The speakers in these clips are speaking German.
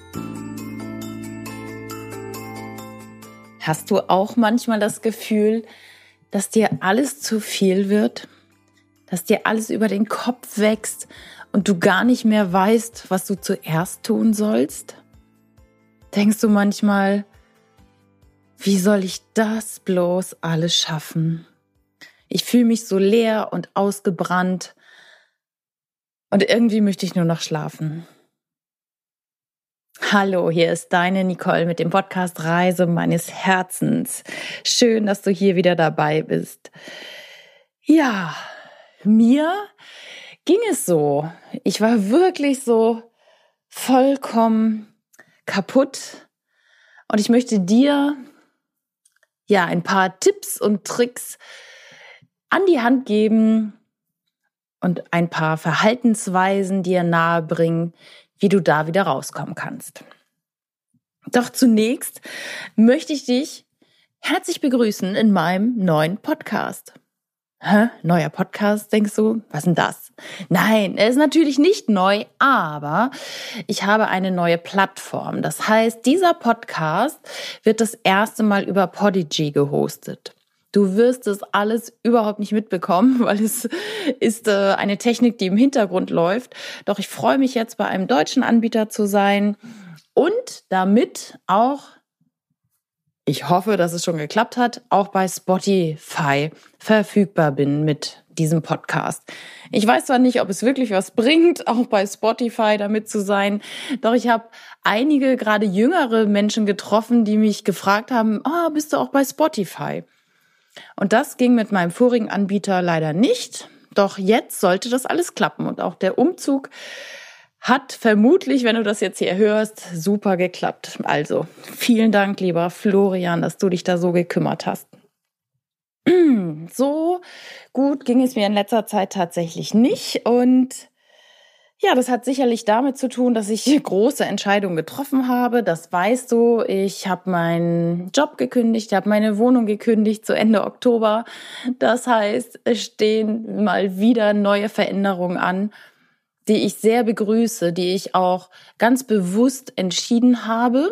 Hast du auch manchmal das Gefühl, dass dir alles zu viel wird? Dass dir alles über den Kopf wächst und du gar nicht mehr weißt, was du zuerst tun sollst? Denkst du manchmal, wie soll ich das bloß alles schaffen? Ich fühle mich so leer und ausgebrannt und irgendwie möchte ich nur noch schlafen. Hallo, hier ist deine Nicole mit dem Podcast Reise meines Herzens. Schön, dass du hier wieder dabei bist. Ja, mir ging es so. Ich war wirklich so vollkommen kaputt und ich möchte dir ein paar Tipps und Tricks an die Hand geben und ein paar Verhaltensweisen dir nahebringen, wie du da wieder rauskommen kannst. Doch zunächst möchte ich dich herzlich begrüßen in meinem neuen Podcast. Neuer Podcast, denkst du? Was ist denn das? Nein, er ist natürlich nicht neu, aber ich habe eine neue Plattform. Das heißt, dieser Podcast wird das erste Mal über Podigy gehostet. Du wirst es alles überhaupt nicht mitbekommen, weil es ist eine Technik, die im Hintergrund läuft. Doch ich freue mich jetzt, bei einem deutschen Anbieter zu sein und damit auch, ich hoffe, dass es schon geklappt hat, auch bei Spotify verfügbar bin mit diesem Podcast. Ich weiß zwar nicht, ob es wirklich was bringt, auch bei Spotify damit zu sein, doch ich habe einige, gerade jüngere Menschen getroffen, die mich gefragt haben, bist du auch bei Spotify? Und das ging mit meinem vorigen Anbieter leider nicht. Doch jetzt sollte das alles klappen. Und auch der Umzug hat vermutlich, wenn du das jetzt hier hörst, super geklappt. Also vielen Dank, lieber Florian, dass du dich da so gekümmert hast. So gut ging es mir in letzter Zeit tatsächlich nicht. Und ja, das hat sicherlich damit zu tun, dass ich große Entscheidungen getroffen habe. Das weißt du. Ich habe meinen Job gekündigt, habe meine Wohnung gekündigt zu Ende Oktober. Das heißt, es stehen mal wieder neue Veränderungen an, die ich sehr begrüße, die ich auch ganz bewusst entschieden habe.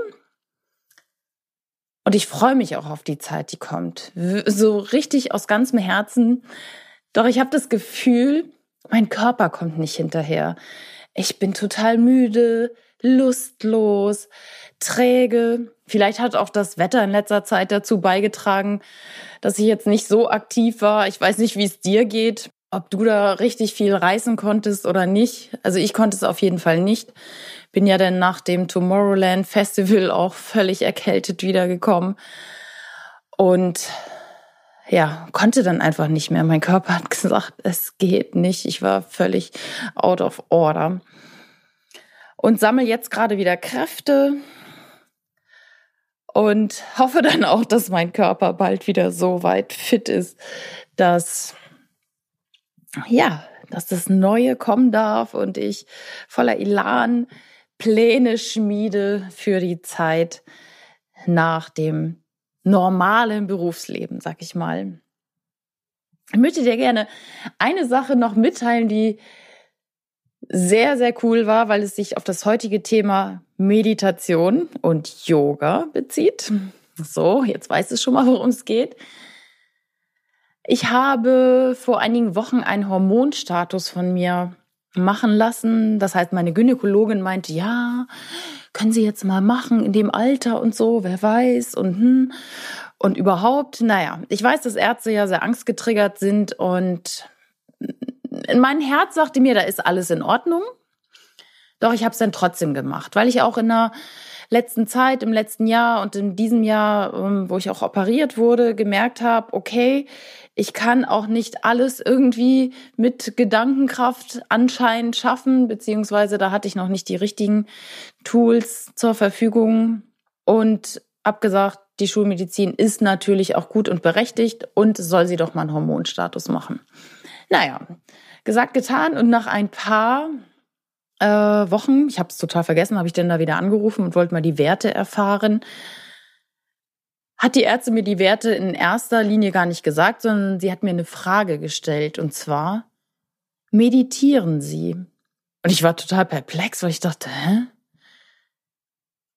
Und ich freue mich auch auf die Zeit, die kommt. So richtig aus ganzem Herzen. Doch ich habe das Gefühl, mein Körper kommt nicht hinterher. Ich bin total müde, lustlos, träge. Vielleicht hat auch das Wetter in letzter Zeit dazu beigetragen, dass ich jetzt nicht so aktiv war. Ich weiß nicht, wie es dir geht, ob du da richtig viel reißen konntest oder nicht. Also ich konnte es auf jeden Fall nicht. Bin ja dann nach dem Tomorrowland Festival auch völlig erkältet wiedergekommen. Und ja, konnte dann einfach nicht mehr. Mein Körper hat gesagt, es geht nicht. Ich war völlig out of order. Und sammle jetzt gerade wieder Kräfte und hoffe dann auch, dass mein Körper bald wieder so weit fit ist, dass das Neue kommen darf und ich voller Elan Pläne schmiede für die Zeit nach dem normalen Berufsleben, sag ich mal. Ich möchte dir gerne eine Sache noch mitteilen, die sehr, sehr cool war, weil es sich auf das heutige Thema Meditation und Yoga bezieht. So, jetzt weißt du schon mal, worum es geht. Ich habe vor einigen Wochen einen Hormonstatus von mir machen lassen. Das heißt, meine Gynäkologin meinte, ja, können Sie jetzt mal machen in dem Alter und so, wer weiß und überhaupt. Naja, ich weiß, dass Ärzte ja sehr angstgetriggert sind und mein Herz sagte mir, da ist alles in Ordnung. Doch ich habe es dann trotzdem gemacht, weil ich auch in der letzten Zeit, im letzten Jahr und in diesem Jahr, wo ich auch operiert wurde, gemerkt habe, okay, ich kann auch nicht alles irgendwie mit Gedankenkraft anscheinend schaffen, beziehungsweise da hatte ich noch nicht die richtigen Tools zur Verfügung und habe gesagt, die Schulmedizin ist natürlich auch gut und berechtigt und soll sie doch mal einen Hormonstatus machen. Naja, gesagt, getan und nach ein paar Wochen, ich habe es total vergessen, habe ich dann da wieder angerufen und wollte mal die Werte erfahren. Hat die Ärztin mir die Werte in erster Linie gar nicht gesagt, sondern sie hat mir eine Frage gestellt und zwar, meditieren Sie? Und ich war total perplex, weil ich dachte,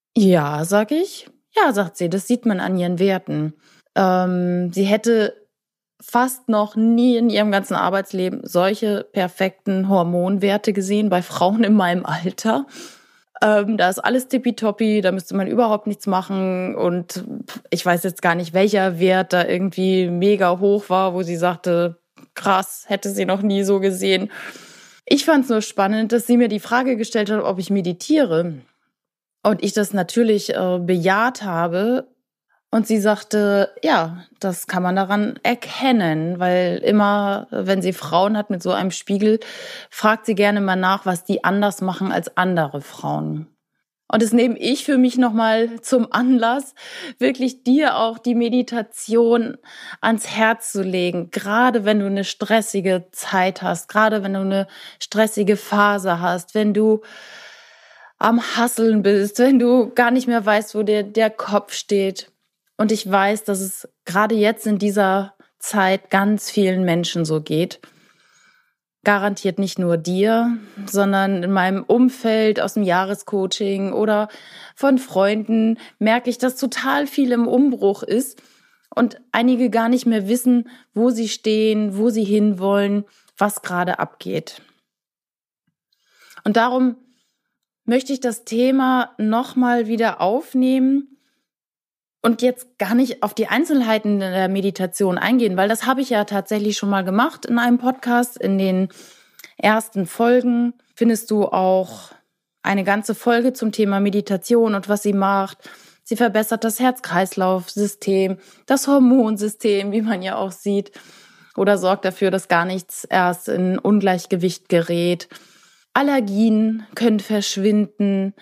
Ja, sag ich. Ja, sagt sie, das sieht man an ihren Werten. Sie hätte fast noch nie in ihrem ganzen Arbeitsleben solche perfekten Hormonwerte gesehen bei Frauen in meinem Alter. Da ist alles tippitoppi, da müsste man überhaupt nichts machen. Und ich weiß jetzt gar nicht, welcher Wert da irgendwie mega hoch war, wo sie sagte, krass, hätte sie noch nie so gesehen. Ich fand es nur spannend, dass sie mir die Frage gestellt hat, ob ich meditiere. Und ich das natürlich bejaht habe. Und sie sagte, ja, das kann man daran erkennen, weil immer, wenn sie Frauen hat mit so einem Spiegel, fragt sie gerne mal nach, was die anders machen als andere Frauen. Und das nehme ich für mich nochmal zum Anlass, wirklich dir auch die Meditation ans Herz zu legen. Gerade wenn du eine stressige Zeit hast, gerade wenn du eine stressige Phase hast, wenn du am Hasseln bist, wenn du gar nicht mehr weißt, wo dir der Kopf steht. Und ich weiß, dass es gerade jetzt in dieser Zeit ganz vielen Menschen so geht. Garantiert nicht nur dir, sondern in meinem Umfeld aus dem Jahrescoaching oder von Freunden merke ich, dass total viel im Umbruch ist und einige gar nicht mehr wissen, wo sie stehen, wo sie hinwollen, was gerade abgeht. Und darum möchte ich das Thema nochmal wieder aufnehmen und jetzt gar nicht auf die Einzelheiten der Meditation eingehen, weil das habe ich ja tatsächlich schon mal gemacht in einem Podcast. In den ersten Folgen findest du auch eine ganze Folge zum Thema Meditation und was sie macht. Sie verbessert das Herz-Kreislauf-System, das Hormonsystem, wie man ja auch sieht, oder sorgt dafür, dass gar nichts erst in Ungleichgewicht gerät. Allergien können verschwinden.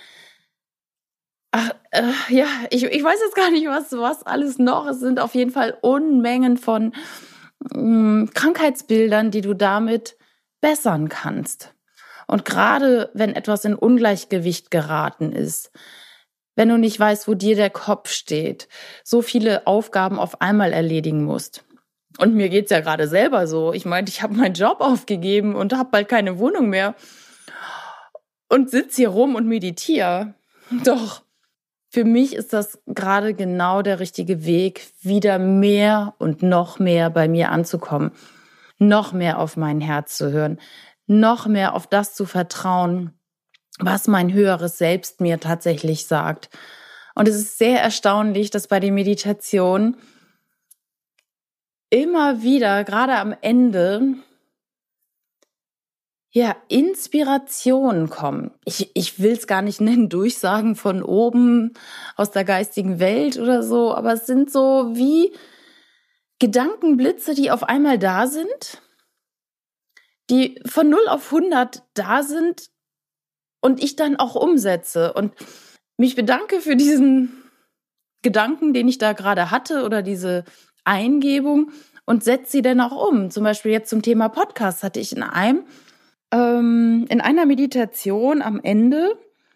Ich weiß jetzt gar nicht, was alles noch. Es sind auf jeden Fall Unmengen von Krankheitsbildern, die du damit bessern kannst. Und gerade wenn etwas in Ungleichgewicht geraten ist, wenn du nicht weißt, wo dir der Kopf steht, so viele Aufgaben auf einmal erledigen musst. Und mir geht's ja gerade selber so. Ich meine, ich habe meinen Job aufgegeben und habe bald keine Wohnung mehr und sitze hier rum und meditiere. Doch für mich ist das gerade genau der richtige Weg, wieder mehr und noch mehr bei mir anzukommen, noch mehr auf mein Herz zu hören, noch mehr auf das zu vertrauen, was mein höheres Selbst mir tatsächlich sagt. Und es ist sehr erstaunlich, dass bei den Meditationen immer wieder, gerade am Ende, Inspirationen kommen. Ich will es gar nicht nennen, Durchsagen von oben aus der geistigen Welt oder so, aber es sind so wie Gedankenblitze, die auf einmal da sind, die von 0 auf 100 da sind und ich dann auch umsetze und mich bedanke für diesen Gedanken, den ich da gerade hatte oder diese Eingebung und setze sie dann auch um. Zum Beispiel jetzt zum Thema Podcast hatte ich in einer Meditation am Ende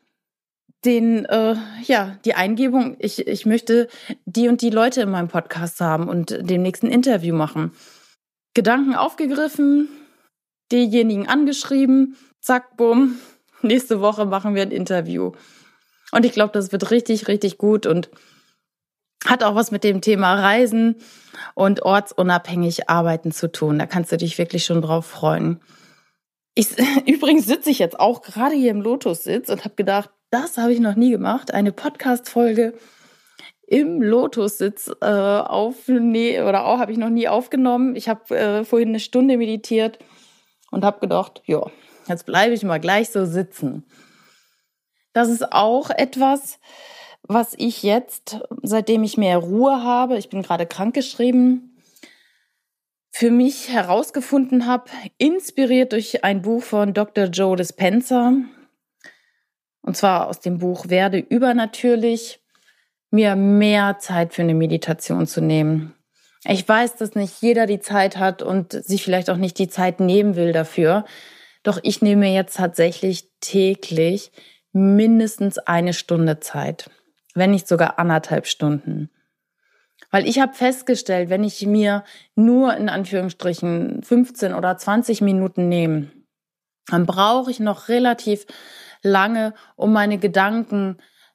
die Eingebung, ich möchte die und die Leute in meinem Podcast haben und demnächst ein Interview machen. Gedanken aufgegriffen, diejenigen angeschrieben, zack, bumm, nächste Woche machen wir ein Interview. Und ich glaube, das wird richtig, richtig gut und hat auch was mit dem Thema Reisen und ortsunabhängig arbeiten zu tun. Da kannst du dich wirklich schon drauf freuen. Übrigens sitze ich jetzt auch gerade hier im Lotussitz und habe gedacht, das habe ich noch nie gemacht, eine Podcast-Folge im Lotussitz habe ich noch nie aufgenommen. Ich habe vorhin eine Stunde meditiert und habe gedacht, ja, jetzt bleibe ich mal gleich so sitzen. Das ist auch etwas, was ich jetzt, seitdem ich mehr Ruhe habe, ich bin gerade krankgeschrieben, für mich herausgefunden habe, inspiriert durch ein Buch von Dr. Joe Dispenza, und zwar aus dem Buch Werde übernatürlich, mir mehr Zeit für eine Meditation zu nehmen. Ich weiß, dass nicht jeder die Zeit hat und sich vielleicht auch nicht die Zeit nehmen will dafür. Doch ich nehme mir jetzt tatsächlich täglich mindestens 1 Stunde Zeit, wenn nicht sogar 1,5 Stunden. Weil ich habe festgestellt, wenn ich mir nur in Anführungsstrichen 15 oder 20 Minuten nehme, dann brauche ich noch relativ lange, um meine Gedanken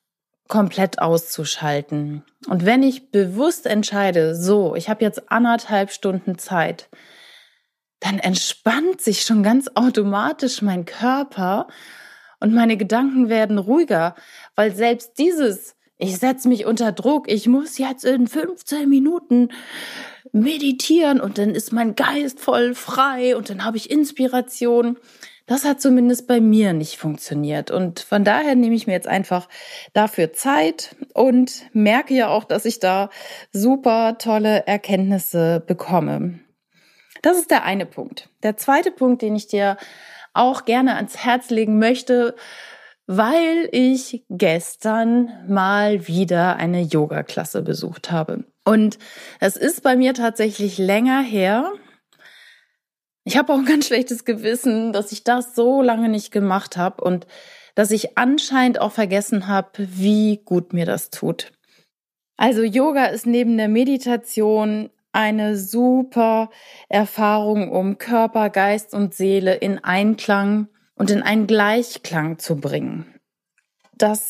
komplett auszuschalten. Und wenn ich bewusst entscheide, so, ich habe jetzt 1,5 Stunden Zeit, dann entspannt sich schon ganz automatisch mein Körper und meine Gedanken werden ruhiger, weil selbst dieses, ich setze mich unter Druck, ich muss jetzt in 15 Minuten meditieren und dann ist mein Geist voll frei und dann habe ich Inspiration. Das hat zumindest bei mir nicht funktioniert. Und von daher nehme ich mir jetzt einfach dafür Zeit und merke ja auch, dass ich da super tolle Erkenntnisse bekomme. Das ist der eine Punkt. Der zweite Punkt, den ich dir auch gerne ans Herz legen möchte, weil ich gestern mal wieder eine Yoga-Klasse besucht habe. Und es ist bei mir tatsächlich länger her. Ich habe auch ein ganz schlechtes Gewissen, dass ich das so lange nicht gemacht habe und dass ich anscheinend auch vergessen habe, wie gut mir das tut. Also Yoga ist neben der Meditation eine super Erfahrung, um Körper, Geist und Seele in Einklang und in einen Gleichklang zu bringen. Das,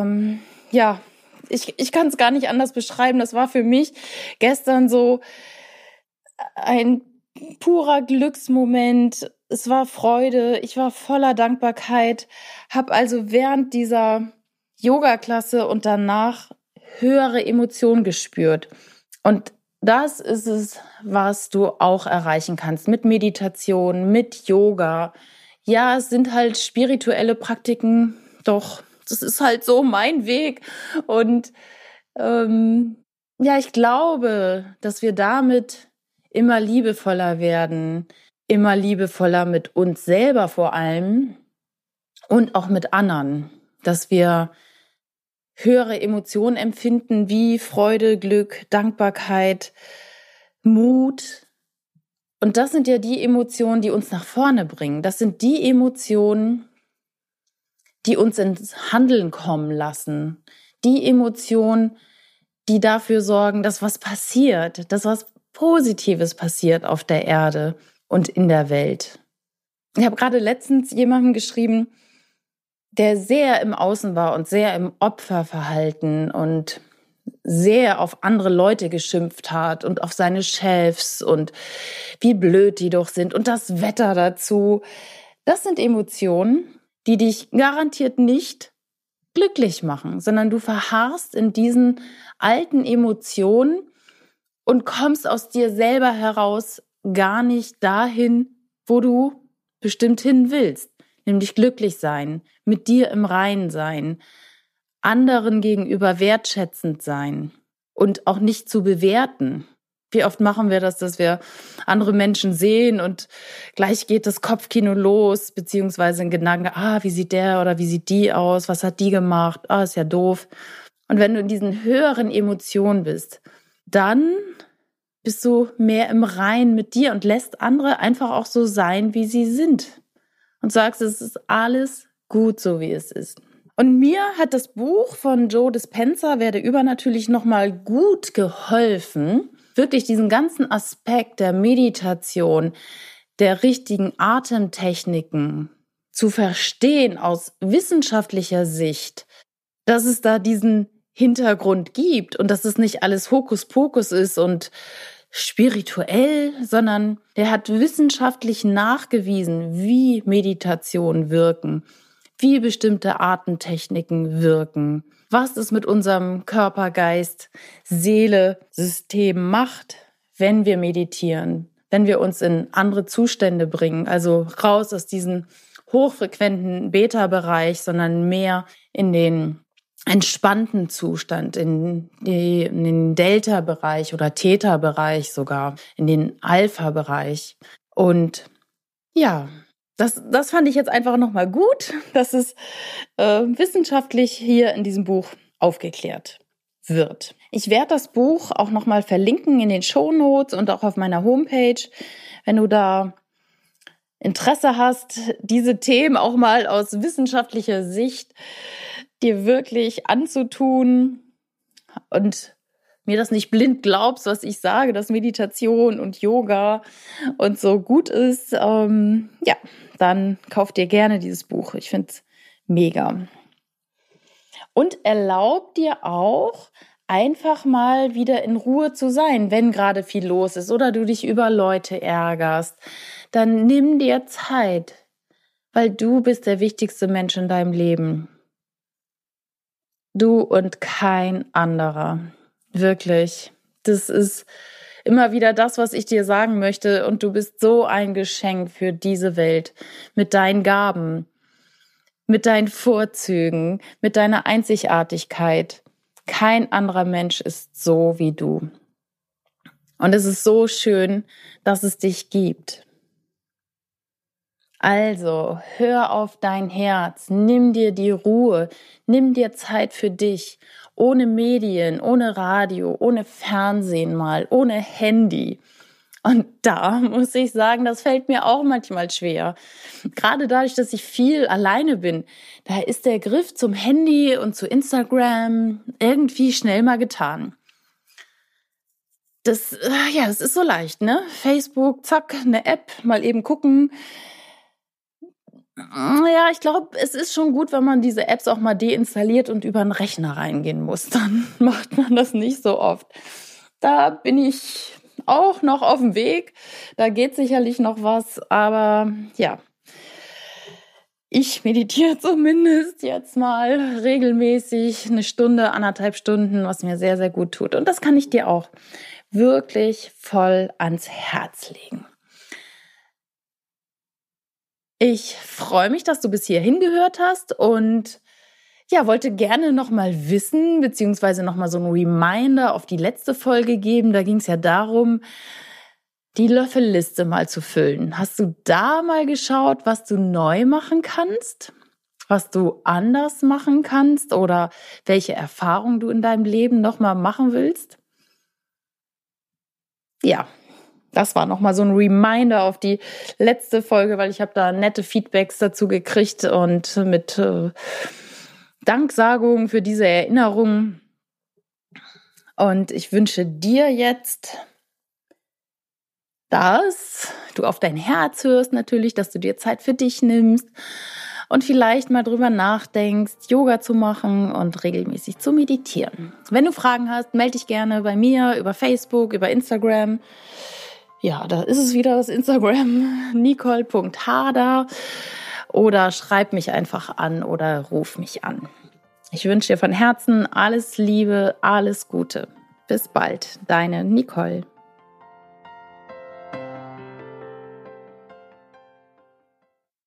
ich kann es gar nicht anders beschreiben. Das war für mich gestern so ein purer Glücksmoment. Es war Freude. Ich war voller Dankbarkeit. Habe also während dieser Yoga-Klasse und danach höhere Emotionen gespürt. Und das ist es, was du auch erreichen kannst mit Meditation, mit Yoga. Ja, es sind halt spirituelle Praktiken, doch das ist halt so mein Weg. Und ich glaube, dass wir damit immer liebevoller werden, immer liebevoller mit uns selber vor allem und auch mit anderen, dass wir höhere Emotionen empfinden wie Freude, Glück, Dankbarkeit, Mut. Und das sind ja die Emotionen, die uns nach vorne bringen. Das sind die Emotionen, die uns ins Handeln kommen lassen. Die Emotionen, die dafür sorgen, dass was passiert, dass was Positives passiert auf der Erde und in der Welt. Ich habe gerade letztens jemandem geschrieben, der sehr im Außen war und sehr im Opferverhalten und sehr auf andere Leute geschimpft hat und auf seine Chefs und wie blöd die doch sind und das Wetter dazu. Das sind Emotionen, die dich garantiert nicht glücklich machen, sondern du verharrst in diesen alten Emotionen und kommst aus dir selber heraus gar nicht dahin, wo du bestimmt hin willst, nämlich glücklich sein, mit dir im Reinen sein, anderen gegenüber wertschätzend sein und auch nicht zu bewerten. Wie oft machen wir das, dass wir andere Menschen sehen und gleich geht das Kopfkino los, beziehungsweise ein Gedanke, wie sieht der oder wie sieht die aus, was hat die gemacht, ist ja doof. Und wenn du in diesen höheren Emotionen bist, dann bist du mehr im Reinen mit dir und lässt andere einfach auch so sein, wie sie sind. Und sagst, es ist alles gut, so wie es ist. Und mir hat das Buch von Joe Dispenza, Werde übernatürlich, nochmal gut geholfen, wirklich diesen ganzen Aspekt der Meditation, der richtigen Atemtechniken zu verstehen aus wissenschaftlicher Sicht, dass es da diesen Hintergrund gibt und dass es nicht alles Hokuspokus ist und spirituell, sondern der hat wissenschaftlich nachgewiesen, wie Meditationen wirken, wie bestimmte Atemtechniken wirken, was es mit unserem Körper, Geist, Seele, System macht, wenn wir meditieren, wenn wir uns in andere Zustände bringen, also raus aus diesem hochfrequenten Beta-Bereich, sondern mehr in den entspannten Zustand, in den Delta-Bereich oder Theta-Bereich sogar, in den Alpha-Bereich. Und ja, das fand ich jetzt einfach nochmal gut, dass es wissenschaftlich hier in diesem Buch aufgeklärt wird. Ich werde das Buch auch nochmal verlinken in den Shownotes und auch auf meiner Homepage, wenn du da Interesse hast, diese Themen auch mal aus wissenschaftlicher Sicht dir wirklich anzutun und mir das nicht blind glaubst, was ich sage, dass Meditation und Yoga und so gut ist, dann kauf dir gerne dieses Buch. Ich finde es mega. Und erlaub dir auch, einfach mal wieder in Ruhe zu sein, wenn gerade viel los ist oder du dich über Leute ärgerst. Dann nimm dir Zeit, weil du bist der wichtigste Mensch in deinem Leben. Du und kein anderer. Wirklich. Das ist immer wieder das, was ich dir sagen möchte. Und du bist so ein Geschenk für diese Welt mit deinen Gaben, mit deinen Vorzügen, mit deiner Einzigartigkeit. Kein anderer Mensch ist so wie du. Und es ist so schön, dass es dich gibt. Also, hör auf dein Herz, nimm dir die Ruhe, nimm dir Zeit für dich, ohne Medien, ohne Radio, ohne Fernsehen mal, ohne Handy. Und da muss ich sagen, das fällt mir auch manchmal schwer. Gerade dadurch, dass ich viel alleine bin, da ist der Griff zum Handy und zu Instagram irgendwie schnell mal getan. Das ist so leicht, ne? Facebook, zack, eine App, mal eben gucken. Ja, ich glaube, es ist schon gut, wenn man diese Apps auch mal deinstalliert und über einen Rechner reingehen muss. Dann macht man das nicht so oft. Da bin ich auch noch auf dem Weg. Da geht sicherlich noch was, aber ja. Ich meditiere zumindest jetzt mal regelmäßig 1 Stunde, 1,5 Stunden, was mir sehr, sehr gut tut. Und das kann ich dir auch wirklich voll ans Herz legen. Ich freue mich, dass du bis hierhin gehört hast und ja, wollte gerne nochmal wissen, beziehungsweise nochmal so ein Reminder auf die letzte Folge geben. Da ging es ja darum, die Löffelliste mal zu füllen. Hast du da mal geschaut, was du neu machen kannst? Was du anders machen kannst oder welche Erfahrungen du in deinem Leben nochmal machen willst? Ja. Das war nochmal so ein Reminder auf die letzte Folge, weil ich habe da nette Feedbacks dazu gekriegt und mit Danksagungen für diese Erinnerungen. Und ich wünsche dir jetzt, dass du auf dein Herz hörst natürlich, dass du dir Zeit für dich nimmst und vielleicht mal drüber nachdenkst, Yoga zu machen und regelmäßig zu meditieren. Wenn du Fragen hast, melde dich gerne bei mir über Facebook, über Instagram. Ja, da ist es wieder das Instagram, nicole.hader, oder schreib mich einfach an oder ruf mich an. Ich wünsche dir von Herzen alles Liebe, alles Gute. Bis bald, deine Nicole.